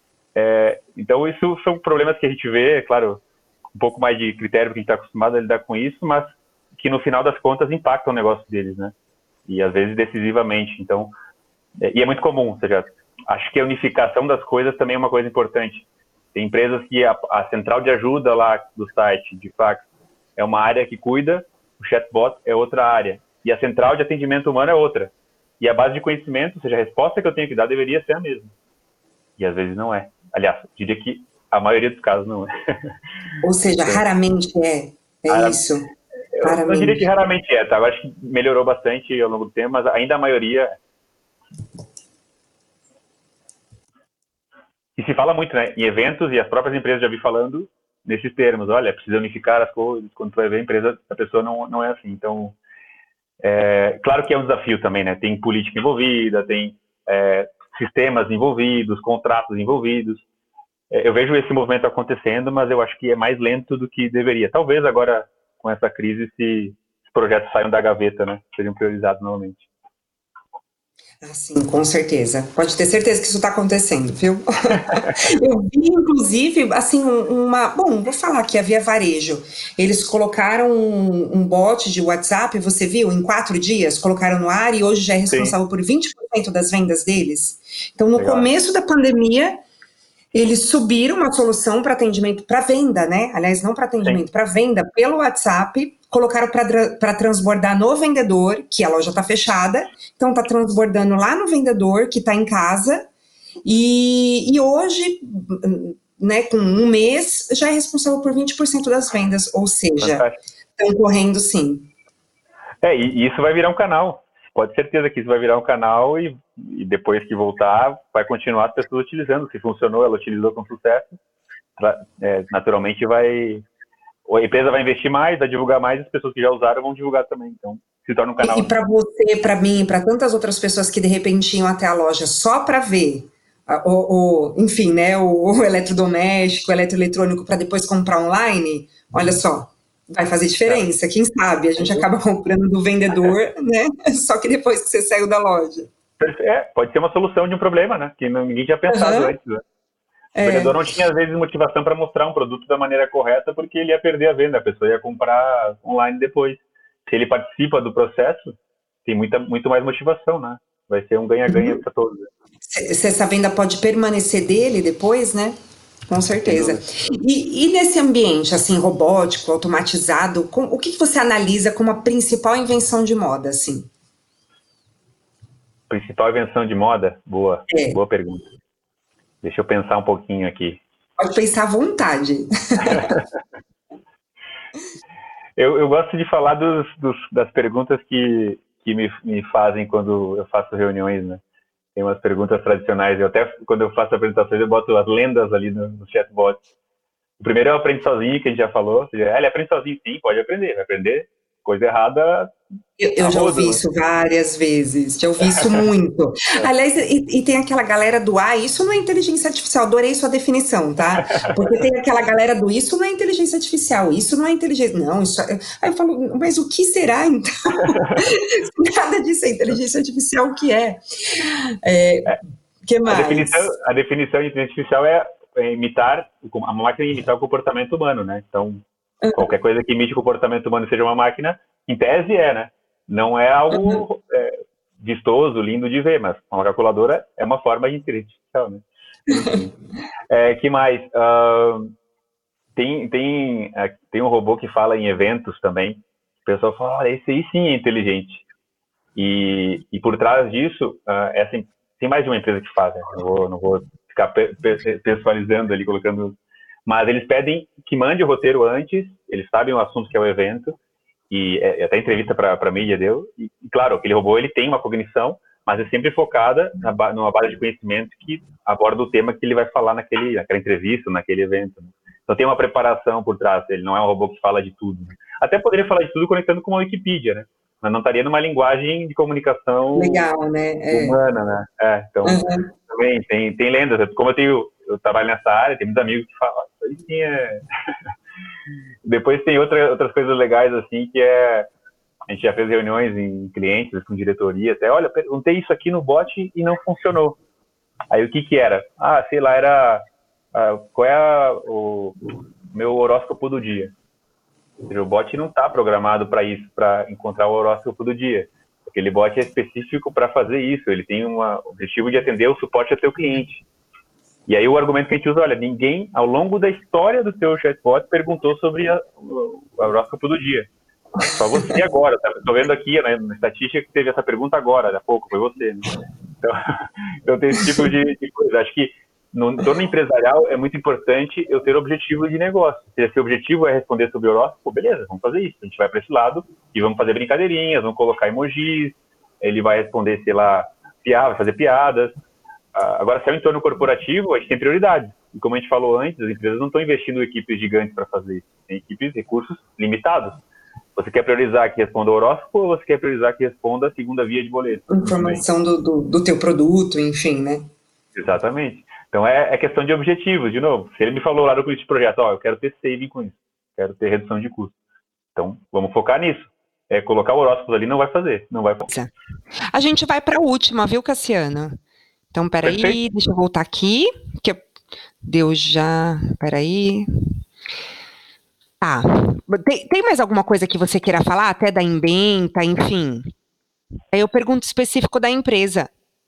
É, então, isso são problemas que a gente vê, é claro, um pouco mais de critério, porque a gente está acostumado a lidar com isso, mas que no final das contas impactam o negócio deles, né? E às vezes decisivamente. Então, é, e é muito comum, ou seja, acho que a unificação das coisas também é uma coisa importante. Tem empresas que a, a central de ajuda lá do site, de fax, é uma área que cuida, o chatbot é outra área, e a central de atendimento humano é outra. E a base de conhecimento, ou seja, a resposta que eu tenho que dar deveria ser a mesma. E às vezes não é. Aliás, eu diria que a maioria dos casos não é. Ou seja, então, raramente é. É Rara... isso. Eu, eu diria que raramente é, tá? Eu acho que melhorou bastante ao longo do tempo, mas ainda a maioria... E se fala muito, né? Em eventos, e as próprias empresas já vi falando nesses termos. Olha, precisa unificar as coisas. Quando tu vai ver a empresa, a pessoa não, não é assim. Então, é, claro que é um desafio também, né? Tem política envolvida, tem é, sistemas envolvidos, contratos envolvidos. É, eu vejo esse movimento acontecendo, mas eu acho que é mais lento do que deveria. Talvez agora, com essa crise, se os projetos saiam da gaveta, né? Seriam priorizados novamente. Ah, sim, com certeza. Pode ter certeza que isso está acontecendo, viu? Eu vi, inclusive, assim, uma... Bom, vou falar aqui, a Via Varejo. Eles colocaram um, um bot de WhatsApp, você viu, em quatro dias, colocaram no ar e hoje já é responsável Sim. por vinte por cento das vendas deles. Então, no Legal. começo da pandemia, eles subiram uma solução para atendimento, para venda, né? Aliás, não para atendimento, para venda pelo WhatsApp, colocaram para transbordar no vendedor, que a loja está fechada, então está transbordando lá no vendedor, que está em casa, e, e hoje, né, com um mês, já é responsável por vinte por cento das vendas, ou seja, estão correndo sim. É, e isso vai virar um canal, pode ter certeza que isso vai virar um canal e, e depois que voltar, vai continuar as pessoas utilizando. Se funcionou, ela utilizou com sucesso, é, naturalmente vai... A empresa vai investir mais, vai divulgar mais, as pessoas que já usaram vão divulgar também. Então, se torna um canal. E, e para você, para mim, para tantas outras pessoas que de repente iam até a loja só para ver, o, o, enfim, né, o, o eletrodoméstico, o eletroeletrônico, para depois comprar online, olha só, vai fazer diferença. Quem sabe a gente acaba comprando do vendedor, né? Só que depois que você saiu da loja. É, pode ser uma solução de um problema, né? Que ninguém tinha pensado uhum. antes, né? O é. vendedor não tinha, às vezes, motivação para mostrar um produto da maneira correta, porque ele ia perder a venda, a pessoa ia comprar online depois. Se ele participa do processo, tem muita, muito mais motivação, né? Vai ser um ganha-ganha uhum. para todos. Se, se essa venda pode permanecer dele depois, né? Com certeza. E, e nesse ambiente, assim, robótico, automatizado, com, o que, que você analisa como a principal invenção de moda, assim? Principal invenção de moda? Boa, É. boa pergunta. Deixa eu pensar um pouquinho aqui. Pode pensar à vontade. eu, eu gosto de falar dos, dos, das perguntas que, que me, me fazem quando eu faço reuniões, né? Tem umas perguntas tradicionais. Eu até, quando eu faço apresentações, eu boto as lendas ali no, no chatbot. O primeiro é o aprende sozinho, que a gente já falou. Ou seja, ele aprende sozinho, sim, pode aprender. Vai aprender coisa errada. Eu, eu já ouvi isso várias vezes, já ouvi isso muito. É. Aliás, e, e tem aquela galera do ah, isso não é inteligência artificial, adorei sua definição, tá? Porque tem aquela galera do isso não é inteligência artificial, isso não é inteligência. Não, isso é... Aí eu falo, mas o que será então? Nada disso é inteligência artificial, o que é? É, que mais? A definição, a definição de inteligência artificial é, é imitar, a máquina imitar o comportamento humano, né? Então, uhum. qualquer coisa que imite o comportamento humano seja uma máquina, em tese é, né? Não é algo uhum. é, vistoso, lindo de ver, mas uma calculadora é uma forma de inteligência artificial, né? é, que mais? Uh, tem, tem, uh, tem um robô que fala em eventos também. O pessoal fala, olha, esse aí sim é inteligente. E, e por trás disso, uh, é assim, tem mais de uma empresa que faz, né? Não vou, não vou ficar pe pe pessoalizando ali, colocando... Mas eles pedem que mande o roteiro antes, eles sabem o assunto que é o evento, e é, até entrevista para a mídia deu, e, e claro, aquele robô ele tem uma cognição, mas é sempre focada na, numa base de conhecimento que aborda o tema que ele vai falar naquele, naquela entrevista, naquele evento. Né? Então tem uma preparação por trás, ele não é um robô que fala de tudo. Né? Até poderia falar de tudo conectando com uma Wikipedia, né? Mas não estaria numa linguagem de comunicação legal, né? É. humana, né? É, então, uhum. também tem, tem lendas, como eu tenho, eu trabalho nessa área, tem muitos amigos que falam, isso aí sim é... Depois tem outra, outras coisas legais, assim, que é... A gente já fez reuniões em clientes, com diretoria, até, olha, perguntei isso aqui no bot e não funcionou. Aí o que que era? Ah, sei lá, era... Ah, qual é a, o meu horóscopo do dia? Ou seja, o bot não está programado para isso, para encontrar o horóscopo do dia. Aquele bot é específico para fazer isso, ele tem um objetivo de atender o suporte ao seu cliente. E aí o argumento que a gente usa, olha, ninguém, ao longo da história do seu chatbot, perguntou sobre a, o, o horóscopo do dia. Só você agora, estou vendo aqui, né, na estatística que teve essa pergunta agora, há pouco, foi você. Né? Então, então tem esse tipo de, de coisa. Acho que no entorno empresarial é muito importante eu ter objetivo de negócio. Se esse objetivo é responder sobre o horóscopo, beleza, vamos fazer isso. A gente vai para esse lado e vamos fazer brincadeirinhas, vamos colocar emojis, ele vai responder, sei lá, piada, vai fazer piadas. Agora, se é um entorno corporativo, a gente tem prioridade. E como a gente falou antes, as empresas não estão investindo em equipes gigantes para fazer isso. Tem equipes, recursos limitados. Você quer priorizar que responda o horóscopo ou você quer priorizar que responda a segunda via de boleto? Informação do, do, do teu produto, enfim, né? Exatamente. Então, é, é questão de objetivos, de novo. Se ele me falou lá no comitê de projeto, ó, eu quero ter saving com isso, quero ter redução de custo. Então, vamos focar nisso. É, colocar o horóscopo ali não vai fazer, não vai fazer. A gente vai para a última, viu, Cassiano? Então, peraí, Perfeito. Deixa eu voltar aqui, que eu... deu já, peraí. Tá, tem, tem mais alguma coisa que você queira falar, até da Embenta, enfim? Aí eu pergunto específico da empresa.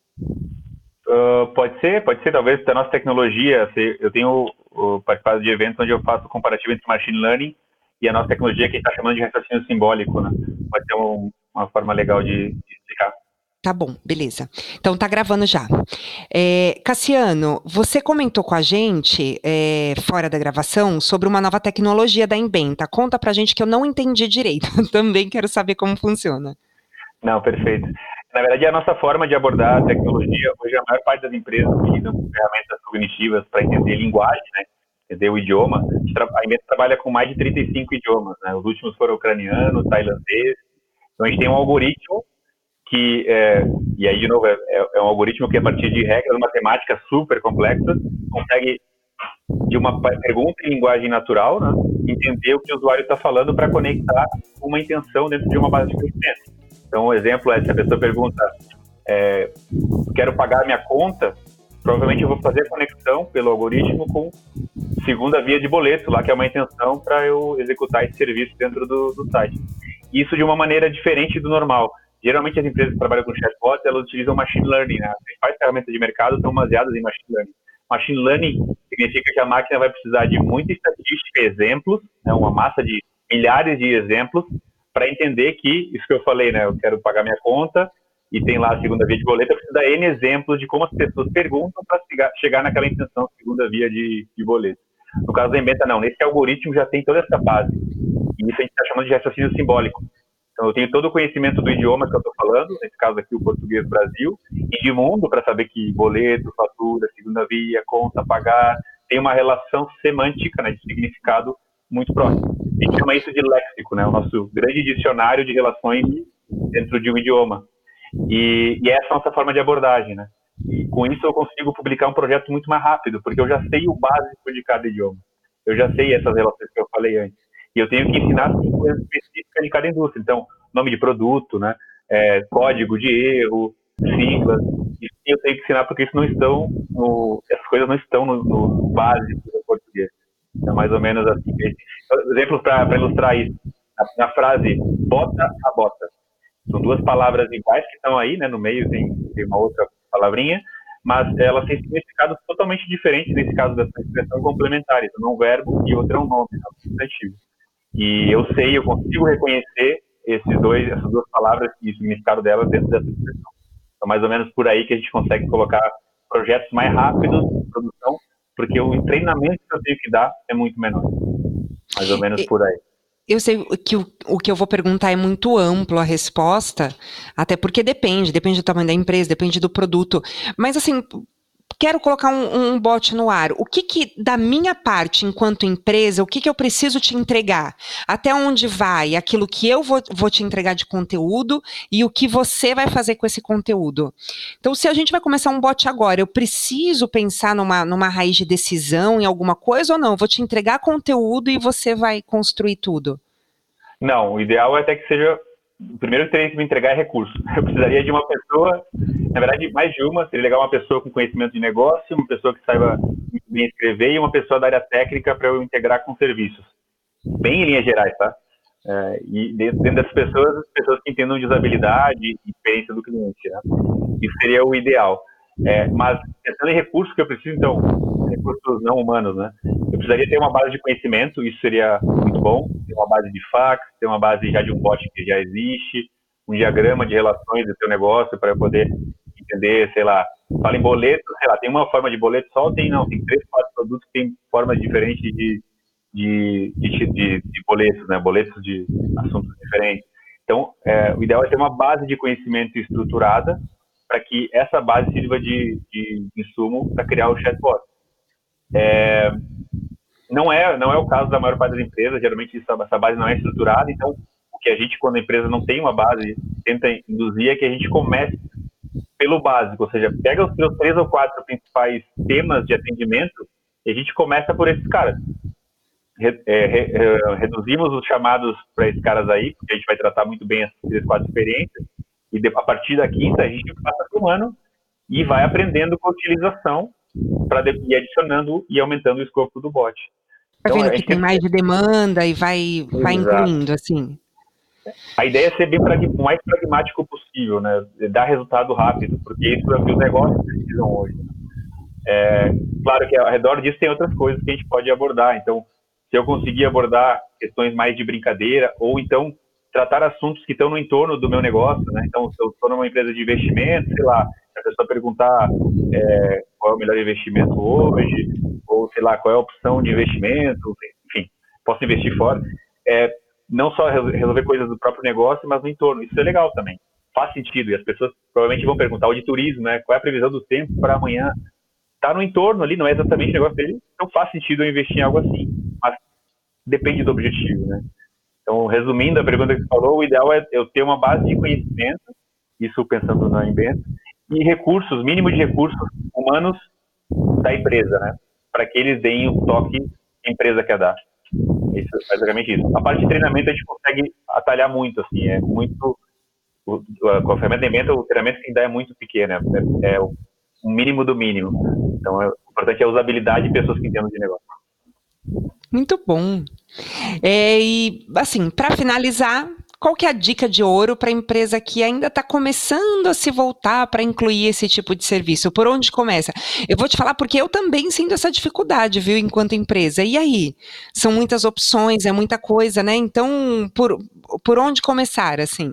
Uh, pode ser, pode ser, talvez da nossa tecnologia. Eu tenho uh, participado de eventos onde eu faço comparativo entre machine learning e a nossa tecnologia que a gente está chamando de raciocínio simbólico, né? Pode ser um, uma forma legal de, de explicar. Tá bom, beleza. Então tá gravando já. É, Cassiano, você comentou com a gente, é, fora da gravação, sobre uma nova tecnologia da Embenta. Conta pra gente que eu não entendi direito. Também quero saber como funciona. Não, perfeito. Na verdade, é a nossa forma de abordar a tecnologia. Hoje, a maior parte das empresas utilizam ferramentas cognitivas para entender linguagem, né? Entender o idioma. A Embenta trabalha com mais de trinta e cinco idiomas, né? Os últimos foram ucraniano, tailandês. Então, a gente tem um algoritmo que, é, e aí, de novo, é, é um algoritmo que, a partir de regras matemáticas super complexas, consegue, de uma pergunta em linguagem natural, né, entender o que o usuário está falando para conectar uma intenção dentro de uma base de conhecimento. Então, um exemplo é, se a pessoa pergunta, é, quero pagar minha conta, provavelmente eu vou fazer a conexão pelo algoritmo com segunda via de boleto, lá que é uma intenção para eu executar esse serviço dentro do, do site. Isso de uma maneira diferente do normal. Geralmente as empresas que trabalham com chatbot, elas utilizam machine learning, né? As principais ferramentas de mercado estão baseadas em machine learning. Machine Learning significa que a máquina vai precisar de muita estatística e exemplos, né, uma massa de milhares de exemplos, para entender que, isso que eu falei, né, eu quero pagar minha conta e tem lá a segunda via de boleto, eu preciso dar N exemplos de como as pessoas perguntam para chegar naquela intenção de segunda via de, de boleto. No caso da Embenta, não. Nesse algoritmo já tem toda essa base. E isso a gente está chamando de raciocínio simbólico. Então, eu tenho todo o conhecimento do idioma que eu estou falando, nesse caso aqui o português Brasil, e de mundo, para saber que boleto, fatura, segunda via, conta, pagar, tem uma relação semântica, né, de significado muito próximo. A gente chama isso de léxico, né, o nosso grande dicionário de relações dentro de um idioma. E, e essa é a nossa forma de abordagem, né? E com isso eu consigo publicar um projeto muito mais rápido, porque eu já sei o básico de cada idioma. Eu já sei essas relações que eu falei antes. E eu tenho que ensinar coisas específicas de cada indústria. Então, nome de produto, né? É, código de erro, siglas. Isso eu tenho que ensinar porque isso não estão no, essas coisas não estão no, no básico do português. É mais ou menos assim. Exemplos para ilustrar isso. Na, na frase, bota a bota. São duas palavras iguais que estão aí, né? No meio tem, tem uma outra palavrinha, mas elas têm significados totalmente diferentes nesse caso dessa expressão complementar. Então, um verbo e outro é um nome, é um substantivo. E eu sei, eu consigo reconhecer esses dois, essas duas palavras e o significado delas dentro dessa expressão. Então, mais ou menos por aí que a gente consegue colocar projetos mais rápidos de produção, porque o treinamento que eu tenho que dar é muito menor. Mais ou menos por aí. Eu sei que o, o que eu vou perguntar é muito amplo a resposta, até porque depende, depende do tamanho da empresa, depende do produto, mas assim, quero colocar um, um bot no ar. O que que, da minha parte, enquanto empresa, o que que eu preciso te entregar? Até onde vai aquilo que eu vou, vou te entregar de conteúdo e o que você vai fazer com esse conteúdo? Então, se a gente vai começar um bot agora, eu preciso pensar numa, numa raiz de decisão, em alguma coisa ou não? Eu vou te entregar conteúdo e você vai construir tudo? Não, o ideal é até que seja... O primeiro que teria que me entregar é recurso. Eu precisaria de uma pessoa, na verdade, mais de uma. Seria legal uma pessoa com conhecimento de negócio, uma pessoa que saiba muito bem escrever e uma pessoa da área técnica para eu integrar com serviços. Bem em linhas gerais, tá? É, e dentro, dentro dessas pessoas, as pessoas que entendam de usabilidade e experiência do cliente, né? Isso seria o ideal. É, mas, pensando em recursos que eu preciso, então, recursos não humanos, né? Eu precisaria ter uma base de conhecimento, isso seria muito bom, ter uma base de fax, ter uma base já de um bot que já existe, um diagrama de relações do seu negócio para eu poder entender, sei lá, fala em boleto, sei lá, tem uma forma de boleto só ou tem não? Tem três, quatro produtos que têm formas diferentes de, de, de, de, de boletos, né? Boletos de assuntos diferentes. Então, é, o ideal é ter uma base de conhecimento estruturada para que essa base sirva de, de insumo para criar o chatbot. É, não, é, não é o caso da maior parte das empresas, geralmente essa, essa base não é estruturada, então o que a gente, quando a empresa não tem uma base, tenta induzir é que a gente comece pelo básico, ou seja, pega os seus três ou quatro principais temas de atendimento e a gente começa por esses caras. Re, é, re, é, reduzimos os chamados para esses caras aí, porque a gente vai tratar muito bem essas três, quatro experiências, e de, a partir da quinta a gente passa por um ano e vai aprendendo com a utilização para ir adicionando e aumentando o escopo do bot. Vai vendo então, que tem mais de demanda e vai, vai incluindo, assim. A ideia é ser bem o mais pragmático possível, né? Dar resultado rápido, porque isso é o que os negócios precisam hoje. É, claro que ao redor disso tem outras coisas que a gente pode abordar. Então, se eu conseguir abordar questões mais de brincadeira, ou então tratar assuntos que estão no entorno do meu negócio, né? Então, se eu estou numa empresa de investimento, sei lá, a pessoa perguntar é, qual é o melhor investimento hoje, ou sei lá, qual é a opção de investimento, enfim, posso investir fora. É, não só resolver coisas do próprio negócio, mas no entorno. Isso é legal também. Faz sentido. E as pessoas provavelmente vão perguntar, o de turismo, né? Qual é a previsão do tempo para amanhã? Está no entorno ali, não é exatamente o negócio dele, então faz sentido eu investir em algo assim. Mas depende do objetivo, né? Então, resumindo a pergunta que você falou, o ideal é eu ter uma base de conhecimento, isso pensando na Embenta, e recursos, mínimo de recursos humanos da empresa, né? Para que eles deem o toque que a empresa quer dar. Isso, basicamente isso. A parte de treinamento a gente consegue atalhar muito, assim, é muito... O, com a ferramenta Embenta, o treinamento que dá é muito pequeno, é, é o mínimo do mínimo. Então, é, o importante é a usabilidade de pessoas que entendem de negócio. Muito bom. É, e, assim, para finalizar, qual que é a dica de ouro para a empresa que ainda está começando a se voltar para incluir esse tipo de serviço? Por onde começa? Eu vou te falar porque eu também sinto essa dificuldade, viu, enquanto empresa. E aí? São muitas opções, é muita coisa, né? Então, por, por onde começar, assim?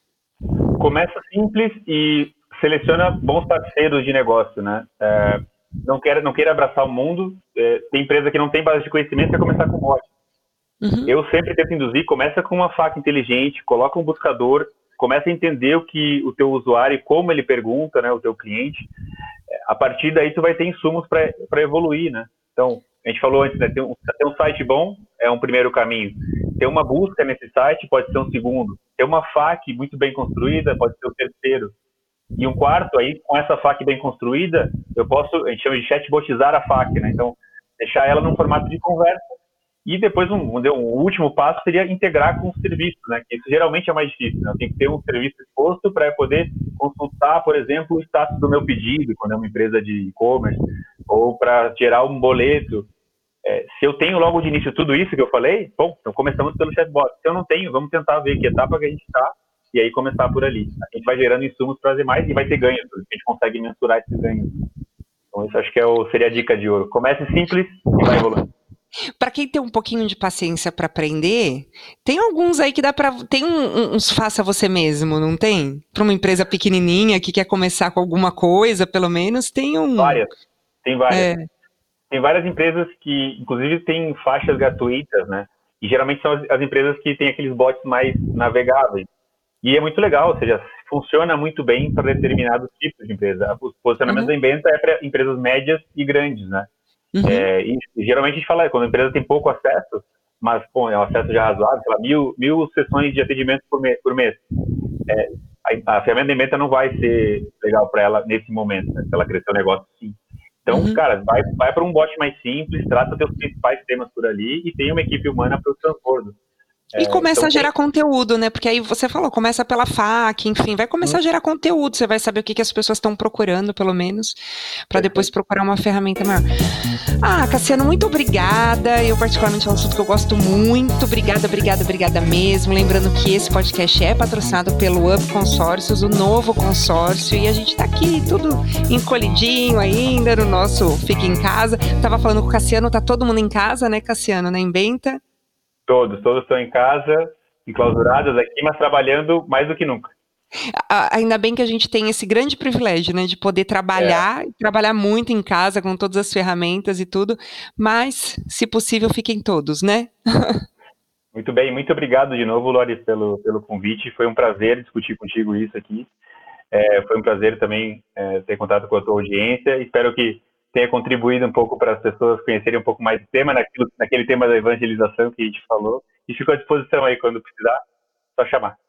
Começa simples e seleciona bons parceiros de negócio, né? É, não queira, não queira abraçar o mundo. É, tem empresa que não tem base de conhecimento, vai começar com bot. Uhum. Eu sempre tento induzir, começa com uma faca inteligente, coloca um buscador, começa a entender o que o teu usuário e como ele pergunta, né, o teu cliente. A partir daí tu vai ter insumos para evoluir, né? Então, a gente falou antes, né, ter um, ter um site bom é um primeiro caminho. Ter uma busca nesse site pode ser um segundo. Ter uma F A Q muito bem construída pode ser o terceiro. E um quarto, aí, com essa F A Q bem construída, eu posso, a gente chama de chatbotizar a F A Q, né? Então, deixar ela num formato de conversa. E depois, um, um último passo seria integrar com os serviços, né? Que isso geralmente é mais difícil, né? Eu tenho que ter um serviço exposto para poder consultar, por exemplo, o status do meu pedido, quando é uma empresa de e-commerce, ou para gerar um boleto. É, se eu tenho logo de início tudo isso que eu falei, bom, então começamos pelo chatbot. Se eu não tenho, vamos tentar ver que etapa que a gente está e aí começar por ali. A gente vai gerando insumos para fazer mais e vai ter ganhos, porque a gente consegue mensurar esses ganhos. Então, isso acho que é o, seria a dica de ouro. Comece simples e vai evoluindo. Para quem tem um pouquinho de paciência para aprender, tem alguns aí que dá para... Tem um, uns faça você mesmo, não tem? Para uma empresa pequenininha que quer começar com alguma coisa, pelo menos, tem um... Várias, tem várias. É. Tem várias empresas que, inclusive, têm faixas gratuitas, né? E geralmente são as, as empresas que têm aqueles bots mais navegáveis. E é muito legal, ou seja, funciona muito bem para determinados tipos de empresa. O posicionamento uhum. da Inventa é para empresas médias e grandes, né? Uhum. É, e geralmente a gente fala, quando a empresa tem pouco acesso, mas pô, é um acesso já razoável, sei lá, mil, mil sessões de atendimento por mês. Por mês. É, a, a ferramenta da Inventa não vai ser legal para ela nesse momento, né? Se ela crescer o negócio, sim. Então, uhum. cara, vai, vai para um bot mais simples, trata os teus principais temas por ali e tem uma equipe humana para o transbordo. E é, começa então, a gerar tem... conteúdo, né? Porque aí você falou, começa pela F A Q, enfim, vai começar hum. a gerar conteúdo, você vai saber o que, que as pessoas estão procurando, pelo menos, para depois procurar uma ferramenta maior. Ah, Cassiano, muito obrigada. Eu, particularmente, é um assunto que eu gosto muito. Obrigada, obrigada, obrigada mesmo. Lembrando que esse podcast é patrocinado pelo Up Consórcios, o novo consórcio, e a gente tá aqui tudo encolhidinho ainda no nosso Fica em Casa. Tava falando com o Cassiano, tá todo mundo em casa, né, Cassiano, na Inventa? Todos, todos estão em casa, enclausurados aqui, mas trabalhando mais do que nunca. Ainda bem que a gente tem esse grande privilégio, né, de poder trabalhar, é. trabalhar muito em casa, com todas as ferramentas e tudo, mas, se possível, fiquem todos, né? Muito bem, muito obrigado de novo, Lori, pelo, pelo convite, foi um prazer discutir contigo isso aqui, é, foi um prazer também é, ter contato com a tua audiência, espero que tenha contribuído um pouco para as pessoas conhecerem um pouco mais do tema, naquilo, naquele tema da evangelização que a gente falou. E fico à disposição aí quando precisar, só chamar.